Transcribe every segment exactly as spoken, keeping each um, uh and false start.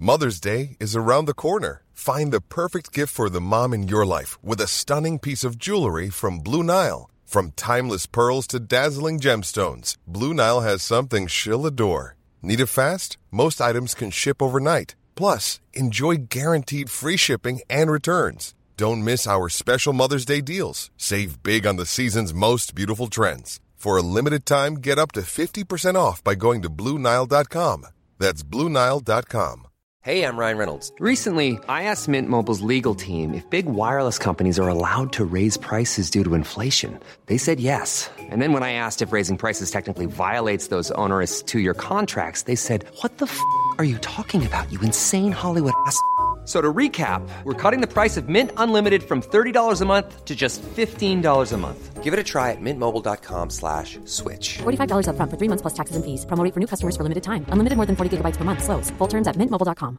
Mother's Day is around the corner. Find the perfect gift for the mom in your life with a stunning piece of jewelry from Blue Nile. From timeless pearls to dazzling gemstones, Blue Nile has something she'll adore. Need it fast? Most items can ship overnight. Plus, enjoy guaranteed free shipping and returns. Don't miss our special Mother's Day deals. Save big on the season's most beautiful trends. For a limited time, get up to fifty percent off by going to Blue Nile dot com. That's Blue Nile dot com. Hey, I'm Ryan Reynolds. Recently, I asked Mint Mobile's legal team if big wireless companies are allowed to raise prices due to inflation. They said yes. And then when I asked if raising prices technically violates those onerous two-year contracts, they said, "What the f*** are you talking about, you insane Hollywood ass?" So to recap, we're cutting the price of Mint Unlimited from thirty dollars a month to just fifteen dollars a month. Give it a try at mintmobile.com slash switch. forty-five dollars up front for three months plus taxes and fees. Promo rate for new customers for limited time. Unlimited more than forty gigabytes per month. Slows full terms at mint mobile dot com.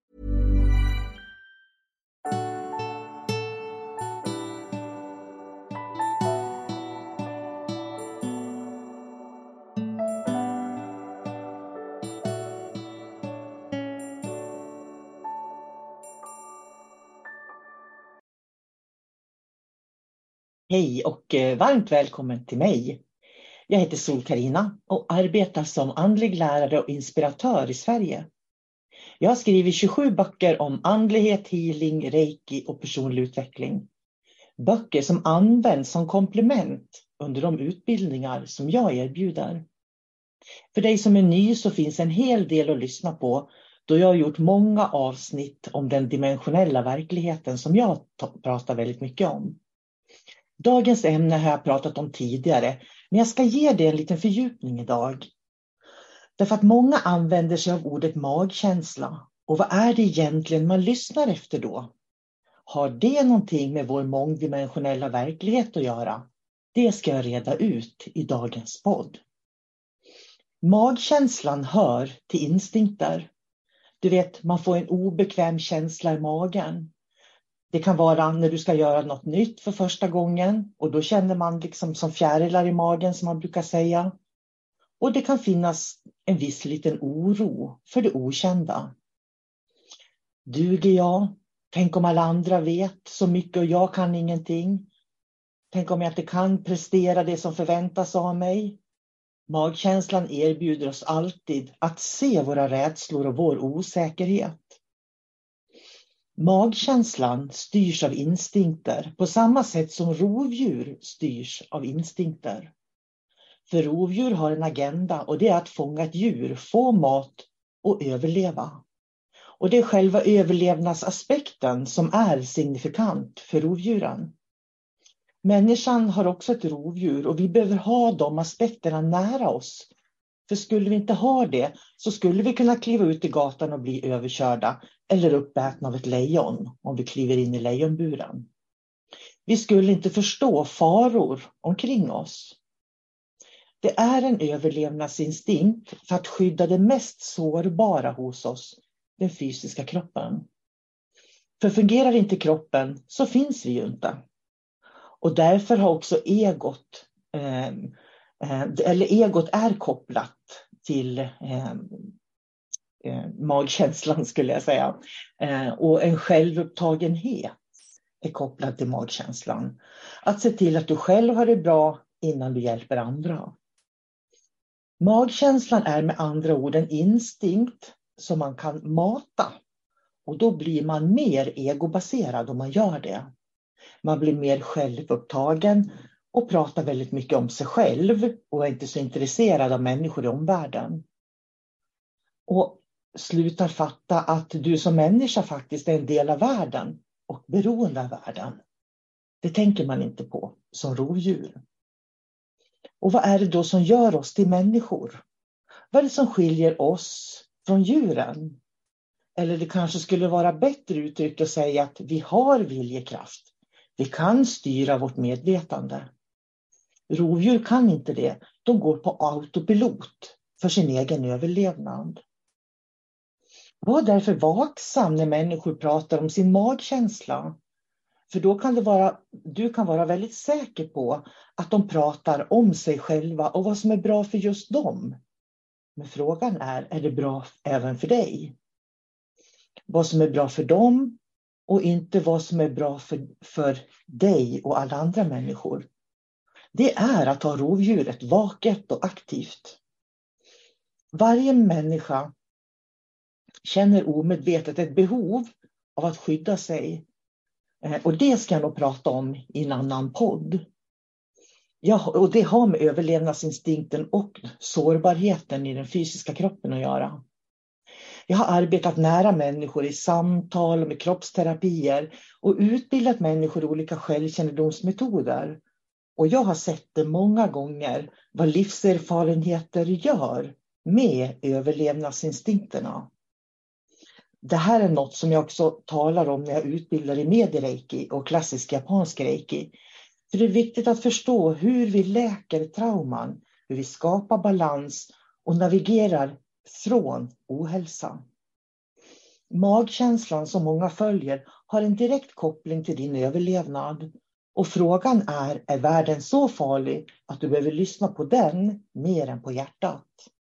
Hej och varmt välkommen till mig. Jag heter Sol-Carina och arbetar som andlig lärare och inspiratör i Sverige. Jag har skrivit tjugosju böcker om andlighet, healing, reiki och personlig utveckling. Böcker som används som komplement under de utbildningar som jag erbjuder. För dig som är ny så finns en hel del att lyssna på, då jag har gjort många avsnitt om den dimensionella verkligheten som jag pratar väldigt mycket om. Dagens ämne har jag pratat om tidigare, men jag ska ge det en liten fördjupning idag. Därför att många använder sig av ordet magkänsla. Och vad är det egentligen man lyssnar efter då? Har det någonting med vår mångdimensionella verklighet att göra? Det ska jag reda ut i dagens podd. Magkänslan hör till instinkter. Du vet, man får en obekväm känsla i magen. Det kan vara när du ska göra något nytt för första gången och då känner man liksom som fjärilar i magen som man brukar säga. Och det kan finnas en viss liten oro för det okända. Duger jag? Tänk om alla andra vet så mycket och jag kan ingenting. Tänk om jag inte kan prestera det som förväntas av mig. Magkänslan erbjuder oss alltid att se våra rädslor och vår osäkerhet. Magkänslan styrs av instinkter på samma sätt som rovdjur styrs av instinkter. För rovdjur har en agenda och det är att fånga ett djur, få mat och överleva. Och det är själva överlevnadsaspekten som är signifikant för rovdjuren. Människan har också ett rovdjur och vi behöver ha de aspekterna nära oss. För skulle vi inte ha det så skulle vi kunna kliva ut i gatan och bli överkörda eller uppätna av ett lejon om vi kliver in i lejonburen. Vi skulle inte förstå faror omkring oss. Det är en överlevnadsinstinkt för att skydda det mest sårbara hos oss, den fysiska kroppen. För fungerar inte kroppen så finns vi ju inte. Och därför har också egot, eh, eh, eller egot är kopplat till eh, eh, magkänslan skulle jag säga. Eh, och en självupptagenhet är kopplad till magkänslan. Att se till att du själv har det bra innan du hjälper andra. Magkänslan är med andra ord en instinkt som man kan mata. Och då blir man mer egobaserad om man gör det. Man blir mer självupptagen och pratar väldigt mycket om sig själv och är inte så intresserad av människor i omvärlden. Och slutar fatta att du som människa faktiskt är en del av världen och beroende av världen. Det tänker man inte på som rovdjur. Och vad är det då som gör oss till människor? Vad är det som skiljer oss från djuren? Eller det kanske skulle vara bättre uttryckt att säga att vi har viljekraft. Vi kan styra vårt medvetande. Rovdjur kan inte det. De går på autopilot för sin egen överlevnad. Var därför vaksam när människor pratar om sin magkänsla. För då kan det vara, du kan vara väldigt säker på att de pratar om sig själva och vad som är bra för just dem. Men frågan är, är det bra även för dig? vad som är bra för dem och inte vad som är bra för, för dig och alla andra människor. Det är att ha rovdjuret vaket och aktivt. Varje människa känner omedvetet ett behov av att skydda sig. Och det ska jag nog prata om i en annan podd. Ja, och det har med överlevnadsinstinkten och sårbarheten i den fysiska kroppen att göra. Jag har arbetat nära människor i samtal och med kroppsterapier och utbildat människor i olika självkännedomsmetoder. Och jag har sett det många gånger vad livserfarenheter gör med överlevnadsinstinkterna. Det här är något som jag också talar om när jag utbildar i mediereiki och klassisk japansk reiki. För det är viktigt att förstå hur vi läker trauman, hur vi skapar balans och navigerar från ohälsa. Magkänslan som många följer har en direkt koppling till din överlevnad. Och frågan är, är världen så farlig att du behöver lyssna på den mer än på hjärtat?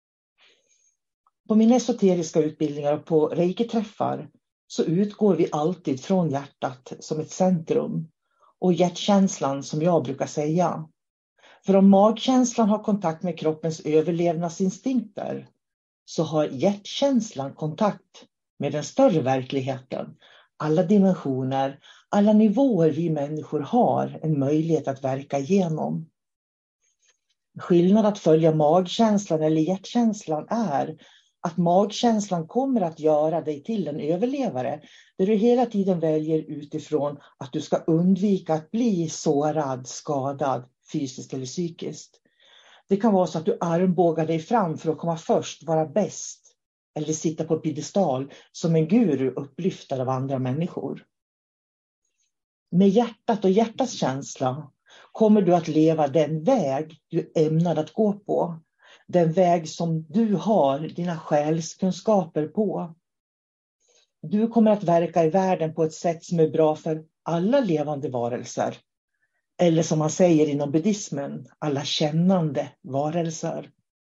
På mina esoteriska utbildningar och på reiki-träffar så utgår vi alltid från hjärtat som ett centrum. Och hjärtkänslan som jag brukar säga. För om magkänslan har kontakt med kroppens överlevnadsinstinkter så har hjärtkänslan kontakt med den större verkligheten. Alla dimensioner, alla nivåer vi människor har en möjlighet att verka igenom. Skillnad att följa magkänslan eller hjärtkänslan är att magkänslan kommer att göra dig till en överlevare. Där du hela tiden väljer utifrån att du ska undvika att bli sårad, skadad, fysiskt eller psykiskt. Det kan vara så att du armbågar dig fram för att komma först, vara bäst. Eller sitta på piedestal som en guru upplyftad av andra människor. Med hjärtat och hjärtats känsla kommer du att leva den väg du ämnar att gå på. Den väg som du har dina själskunskaper på. Du kommer att verka i världen på ett sätt som är bra för alla levande varelser. Eller som man säger inom buddhismen, alla kännande varelser.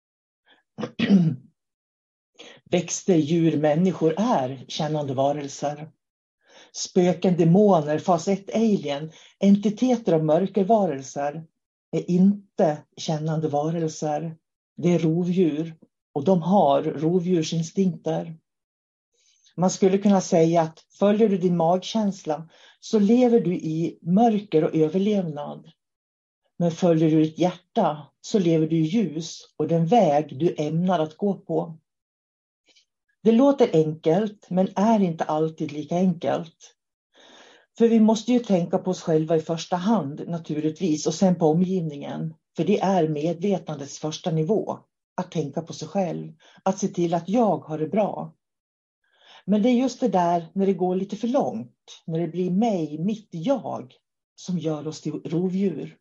Växter, djur, människor är kännande varelser. Spöken, demoner, fas ett alien, entiteter och mörkervarelser är inte kännande varelser. Det är rovdjur och de har rovdjursinstinkter. Man skulle kunna säga att följer du din magkänsla så lever du i mörker och överlevnad. Men följer du ditt hjärta så lever du i ljus och den väg du ämnar att gå på. Det låter enkelt men är inte alltid lika enkelt. För vi måste ju tänka på oss själva i första hand naturligtvis och sen på omgivningen. För det är medvetandets första nivå. Att tänka på sig själv. Att se till att jag har det bra. Men det är just det där när det går lite för långt. När det blir mig, mitt jag. Som gör oss till rovdjur.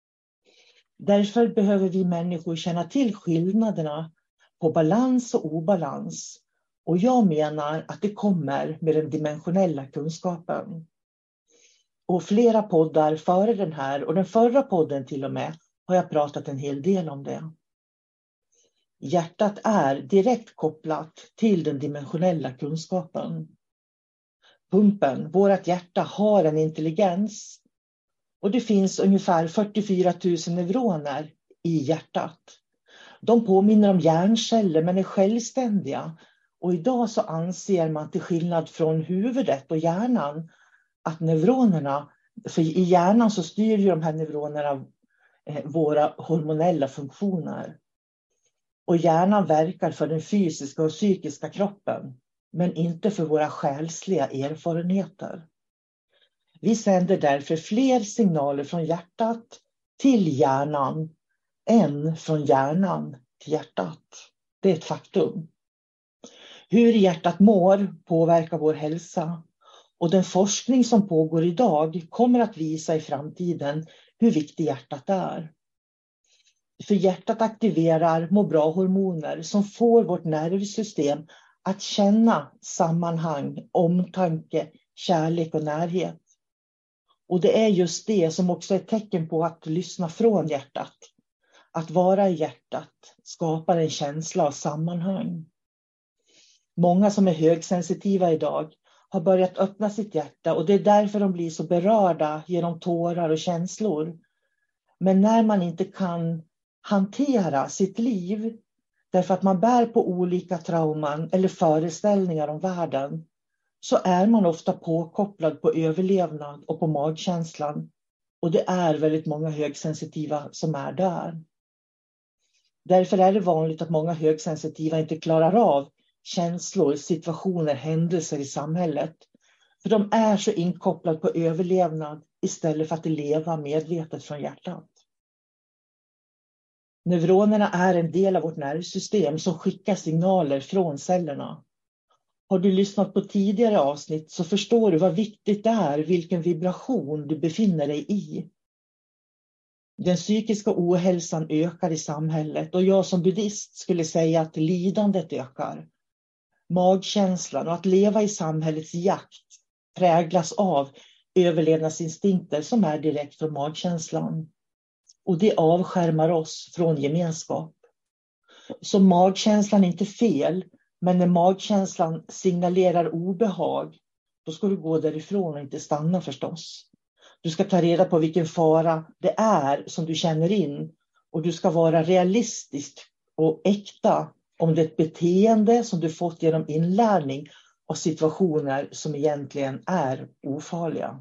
Därför behöver vi människor känna till skillnaderna på balans och obalans. Och jag menar att det kommer med den dimensionella kunskapen. Och flera poddar före den här och den förra podden till och med har jag pratat en hel del om det. Hjärtat är direkt kopplat till den dimensionella kunskapen. Pumpen, vårt hjärta, har en intelligens. Och det finns ungefär fyrtiofyra tusen neuroner i hjärtat. De påminner om hjärnceller men är självständiga. Och idag så anser man till skillnad från huvudet och hjärnan att neuronerna, för i hjärnan så styr ju de här neuronerna eh, våra hormonella funktioner. Och hjärnan verkar för den fysiska och psykiska kroppen, men inte för våra själsliga erfarenheter. Vi sänder därför fler signaler från hjärtat till hjärnan än från hjärnan till hjärtat. Det är ett faktum. Hur hjärtat mår påverkar vår hälsa. Och den forskning som pågår idag kommer att visa i framtiden hur viktigt hjärtat är. För hjärtat aktiverar må bra-hormoner som får vårt nervsystem att känna sammanhang, omtanke, kärlek och närhet. Och det är just det som också är ett tecken på att lyssna från hjärtat. Att vara i hjärtat skapar en känsla av sammanhang. Många som är högsensitiva idag har börjat öppna sitt hjärta och det är därför de blir så berörda genom tårar och känslor. Men när man inte kan hantera sitt liv därför att man bär på olika trauman eller föreställningar om världen, så är man ofta påkopplad på överlevnad och på magkänslan. Och det är väldigt många högsensitiva som är där. Därför är det vanligt att många högsensitiva inte klarar av känslor, situationer, händelser i samhället. För de är så inkopplade på överlevnad istället för att leva medvetet från hjärtat. Neuronerna är en del av vårt nervsystem som skickar signaler från cellerna. Har du lyssnat på tidigare avsnitt så förstår du vad viktigt det är vilken vibration du befinner dig i. Den psykiska ohälsan ökar i samhället och jag som buddhist skulle säga att lidandet ökar. Magkänslan och att leva i samhällets jakt präglas av överlevnadsinstinkter som är direkt från magkänslan. Och det avskärmar oss från gemenskap. Så magkänslan är inte fel, men när magkänslan signalerar obehag, då ska du gå därifrån och inte stanna förstås. Du ska ta reda på vilken fara det är som du känner in och du ska vara realistisk och äkta om det är ett beteende som du fått genom inlärning av situationer som egentligen är ofarliga.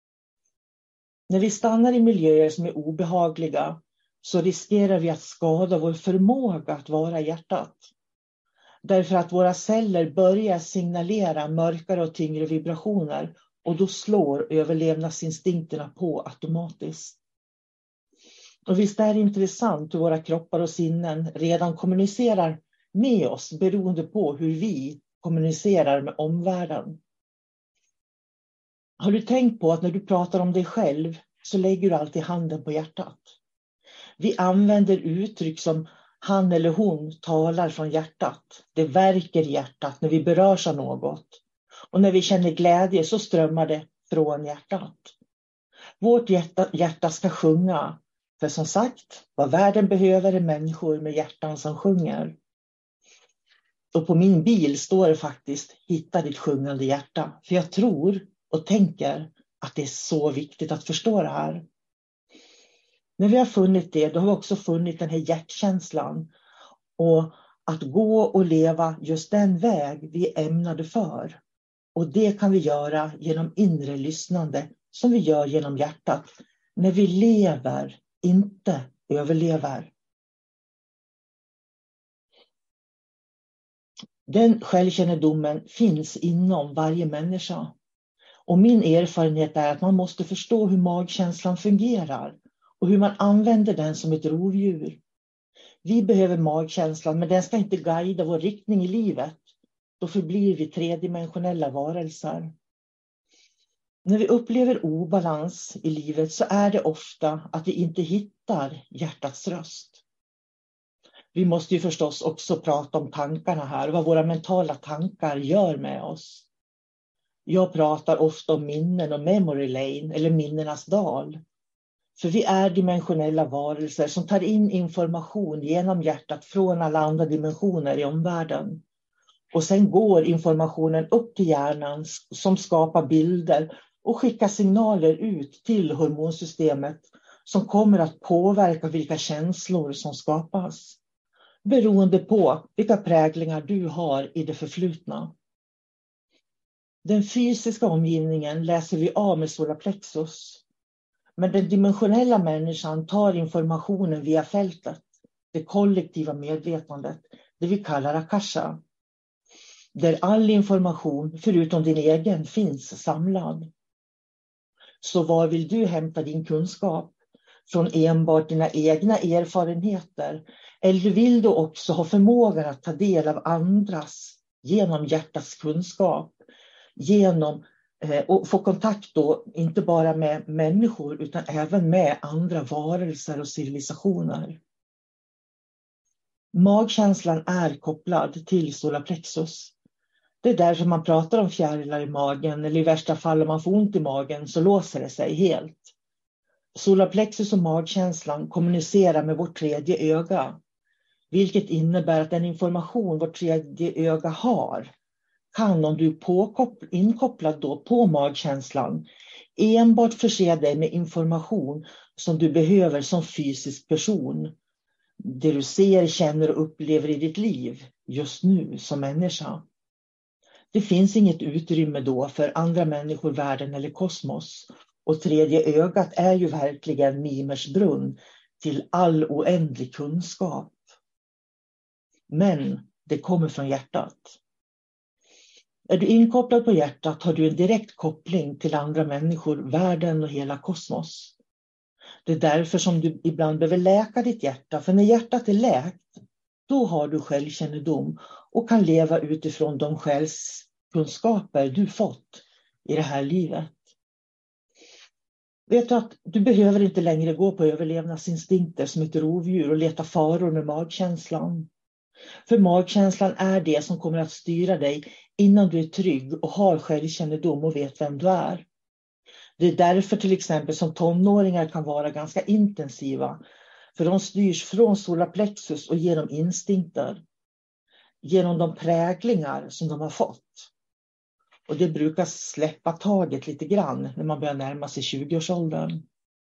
När vi stannar i miljöer som är obehagliga så riskerar vi att skada vår förmåga att vara hjärtat. Därför att våra celler börjar signalera mörkare och tyngre vibrationer och då slår överlevnadsinstinkterna på automatiskt. Och visst är det intressant hur våra kroppar och sinnen redan kommunicerar med oss beroende på hur vi kommunicerar med omvärlden. Har du tänkt på att när du pratar om dig själv så lägger du alltid handen på hjärtat? Vi använder uttryck som han eller hon talar från hjärtat. Det värker i hjärtat när vi berörs av något. Och när vi känner glädje så strömmar det från hjärtat. Vårt hjärta, hjärta ska sjunga. För som sagt, vad världen behöver är människor med hjärtan som sjunger. Och på min bil står det faktiskt hitta ditt sjungande hjärta. För jag tror och tänker att det är så viktigt att förstå det här. När vi har funnit det, då har vi också funnit den här hjärtkänslan. Och att gå och leva just den väg vi är ämnade för. Och det kan vi göra genom inre lyssnande som vi gör genom hjärtat. När vi lever, inte överlever. Den självkännedomen finns inom varje människa. Och min erfarenhet är att man måste förstå hur magkänslan fungerar. Och hur man använder den som ett rovdjur. Vi behöver magkänslan, men den ska inte guida vår riktning i livet. Då förblir vi tredimensionella varelser. När vi upplever obalans i livet så är det ofta att vi inte hittar hjärtats röst. Vi måste ju förstås också prata om tankarna här. Vad våra mentala tankar gör med oss. Jag pratar ofta om minnen och memory lane eller minnenas dal. För vi är dimensionella varelser som tar in information genom hjärtat från alla andra dimensioner i omvärlden. Och sen går informationen upp till hjärnan som skapar bilder och skickar signaler ut till hormonsystemet som kommer att påverka vilka känslor som skapas. Beroende på vilka präglingar du har i det förflutna. Den fysiska omgivningen läser vi av med solarplexus. Men den dimensionella människan tar informationen via fältet, det kollektiva medvetandet, det vi kallar akasha. Där all information, förutom din egen, finns samlad. Så var vill du hämta din kunskap? Från enbart dina egna erfarenheter? Eller vill du också ha förmågan att ta del av andras genom hjärtats kunskap? Genom och få kontakt då inte bara med människor utan även med andra varelser och civilisationer. Magkänslan är kopplad till solarplexus. Det är därför man pratar om fjärilar i magen eller i värsta fall om man får ont i magen så låser det sig helt. Solarplexus och magkänslan kommunicerar med vårt tredje öga. Vilket innebär att den information vårt tredje öga har kan, om du är påkoppl- inkopplad då på magkänslan, enbart förse dig med information som du behöver som fysisk person. Det du ser, känner och upplever i ditt liv just nu som människa. Det finns inget utrymme då för andra människor, världen eller kosmos. Och tredje ögat är ju verkligen Mimers brunn till all oändlig kunskap. Men det kommer från hjärtat. Är du inkopplad på hjärtat har du en direkt koppling till andra människor, världen och hela kosmos. Det är därför som du ibland behöver läka ditt hjärta. För när hjärtat är läkt, då har du självkännedom och kan leva utifrån de själskunskaper du fått i det här livet. Vet du att du behöver inte längre gå på överlevnadsinstinkter som ett rovdjur och leta faror med magkänslan. För magkänslan är det som kommer att styra dig innan du är trygg och har självkännedom och vet vem du är. Det är därför till exempel som tonåringar kan vara ganska intensiva. För de styrs från solarplexus och genom instinkter. Genom de präglingar som de har fått. Och det brukar släppa taget lite grann när man börjar närma sig tjugoårsåldern.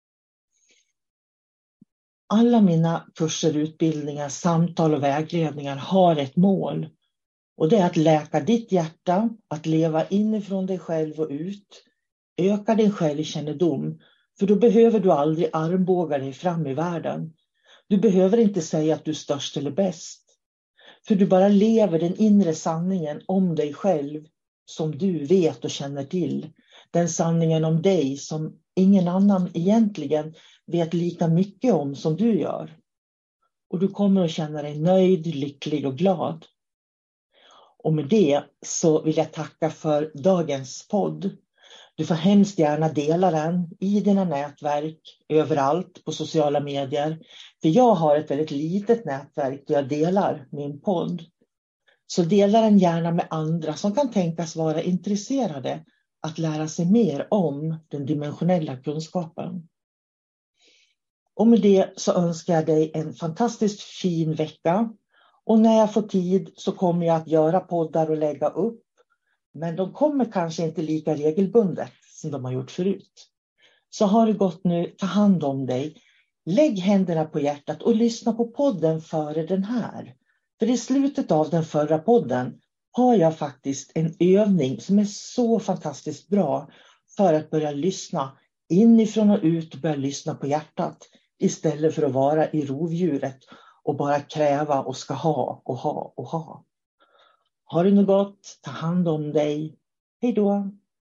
Alla mina kurser, utbildningar, samtal och vägledningar har ett mål. Och det är att läka ditt hjärta, att leva inifrån dig själv och ut. Öka din självkännedom, för då behöver du aldrig armbåga dig fram i världen. Du behöver inte säga att du är störst eller bäst. För du bara lever den inre sanningen om dig själv som du vet och känner till. Den sanningen om dig som ingen annan egentligen vet lika mycket om som du gör. Och du kommer att känna dig nöjd, lycklig och glad. Och med det så vill jag tacka för dagens podd. Du får hemskt gärna dela den i dina nätverk, överallt på sociala medier. För jag har ett väldigt litet nätverk där jag delar min podd. Så dela den gärna med andra som kan tänkas vara intresserade att lära sig mer om den dimensionella kunskapen. Och med det så önskar jag dig en fantastiskt fin vecka. Och när jag får tid så kommer jag att göra poddar och lägga upp. Men de kommer kanske inte lika regelbundet som de har gjort förut. Så har det gått nu, ta hand om dig. Lägg händerna på hjärtat och lyssna på podden före den här. För i slutet av den förra podden har jag faktiskt en övning som är så fantastiskt bra för att börja lyssna inifrån och ut och börja lyssna på hjärtat. Istället för att vara i rovdjuret och bara kräva och ska ha och ha och ha. Ha det nu gott, ta hand om dig. Hej då!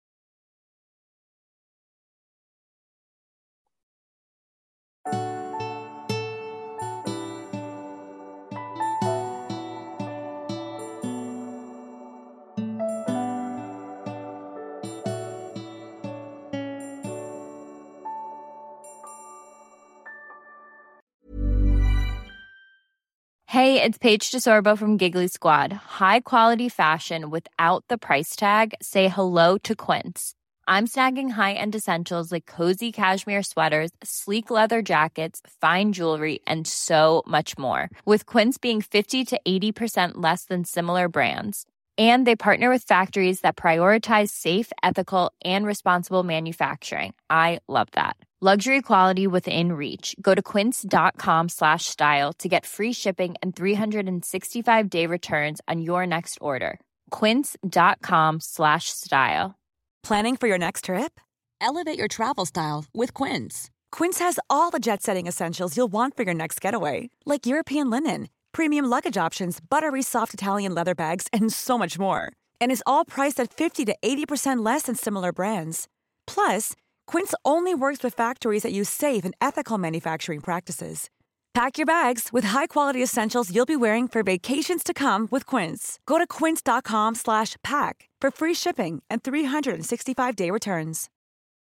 Hey, it's Paige DeSorbo from Giggly Squad. High quality fashion without the price tag. Say hello to Quince. I'm snagging high-end essentials like cozy cashmere sweaters, sleek leather jackets, fine jewelry, and so much more. With Quince being fifty to eighty percent less than similar brands. And they partner with factories that prioritize safe, ethical, and responsible manufacturing. I love that. Luxury quality within reach. Go to quince.com slash style to get free shipping and three sixty-five day returns on your next order. Quince.com slash style. Planning for your next trip? Elevate your travel style with Quince. Quince has all the jet-setting essentials you'll want for your next getaway, like European linen, premium luggage options, buttery soft Italian leather bags, and so much more. And is all priced at fifty to eighty percent less than similar brands. Plus, Quince only works with factories that use safe and ethical manufacturing practices. Pack your bags with high-quality essentials you'll be wearing for vacations to come with Quince. Go to quince.com slash pack for free shipping and three sixty-five day returns.